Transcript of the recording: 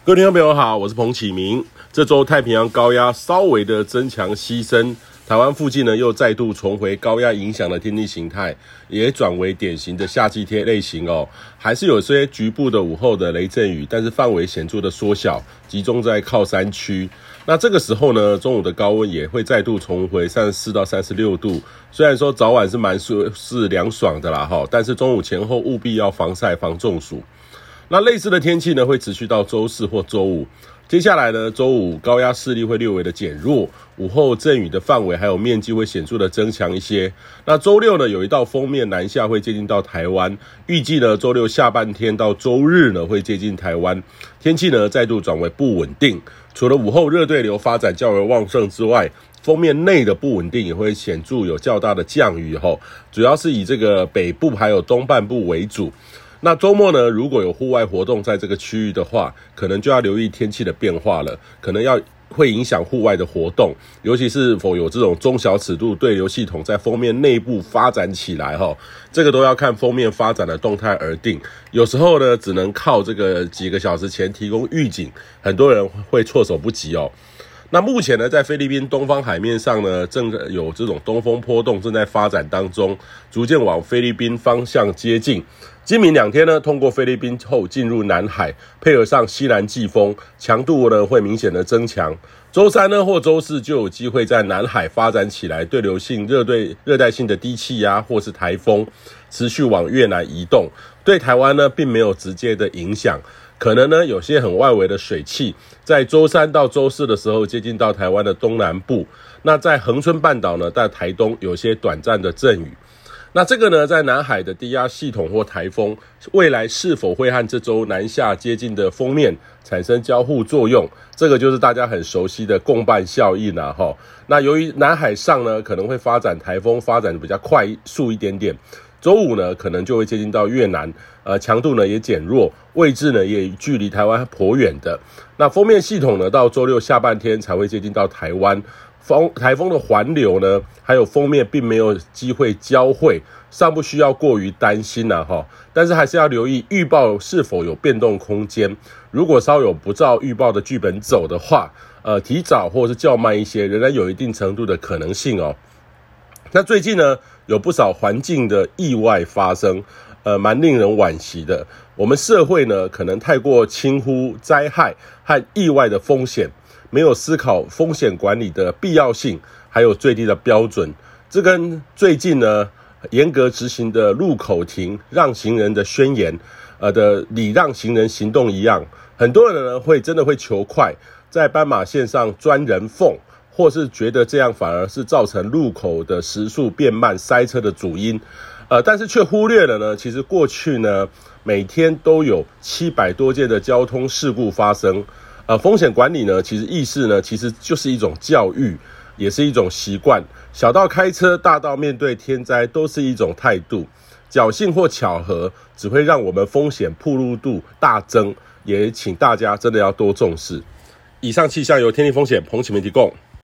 各位听众朋友好，我是彭启明。这周太平洋高压稍微的增强牺牲，台湾附近呢又再度重回高压影响的天气形态，也转为典型的夏季天类型哦。还是有些局部的午后的雷阵雨，但是范围显著的缩小，集中在靠山区。那这个时候呢，中午的高温也会再度重回34到36度。虽然说早晚是凉爽的啦但是中午前后务必要防晒防中暑。那类似的天气呢，会持续到周四或周五。接下来呢，周五高压势力会略微的减弱，午后阵雨的范围还有面积会显著的增强一些。那周六呢，有一道锋面南下会接近到台湾，预计呢周六下半天到周日呢会接近台湾，天气呢再度转为不稳定。除了午后热对流发展较为旺盛之外，锋面内的不稳定也会显著有较大的降雨主要是以这个北部还有东半部为主。那周末呢，如果有户外活动在这个区域的话，可能就要留意天气的变化了，可能会影响户外的活动，尤其是否有这种中小尺度对流系统在锋面内部发展起来这个都要看锋面发展的动态而定。有时候呢，只能靠这个几个小时前提供预警，很多人会措手不及那目前呢，在菲律宾东方海面上呢，正有这种东风波动正在发展当中，逐渐往菲律宾方向接近。今明两天呢，通过菲律宾后进入南海，配合上西南季风，强度呢会明显的增强。周三呢或周四就有机会在南海发展起来对流性热带性的低气压或是台风，持续往越南移动，对台湾呢并没有直接的影响。可能呢有些很外围的水汽在周三到周四的时候接近到台湾的东南部，那在恒春半岛呢在台东有些短暂的阵雨。那这个呢，在南海的低压系统或台风，未来是否会和这周南下接近的锋面产生交互作用？这个就是大家很熟悉的共伴效应那由于南海上呢可能会发展台风，发展的比较快速一点点，周五呢可能就会接近到越南，强度呢也减弱，位置呢也距离台湾颇远的。那锋面系统呢，到周六下半天才会接近到台湾。台风的环流呢，还有锋面并没有机会交汇，尚不需要过于担心但是还是要留意预报是否有变动空间。如果稍有不照预报的剧本走的话，提早或是较慢一些，仍然有一定程度的可能性那最近呢，有不少环境的意外发生，蛮令人惋惜的。我们社会呢，可能太过轻忽灾害和意外的风险，没有思考风险管理的必要性，还有最低的标准。这跟最近呢严格执行的路口停让行人的宣言的礼让行人行动一样，很多人呢真的会求快，在斑马线上钻人缝，或是觉得这样反而是造成路口的时速变慢塞车的主因，但是却忽略了呢，其实过去呢每天都有700多件的交通事故发生。风险管理呢，其实意识呢，其实就是一种教育，也是一种习惯。小到开车，大到面对天灾，都是一种态度。侥幸或巧合，只会让我们风险暴露度大增，也请大家真的要多重视。以上气象由天气风险彭启明提供。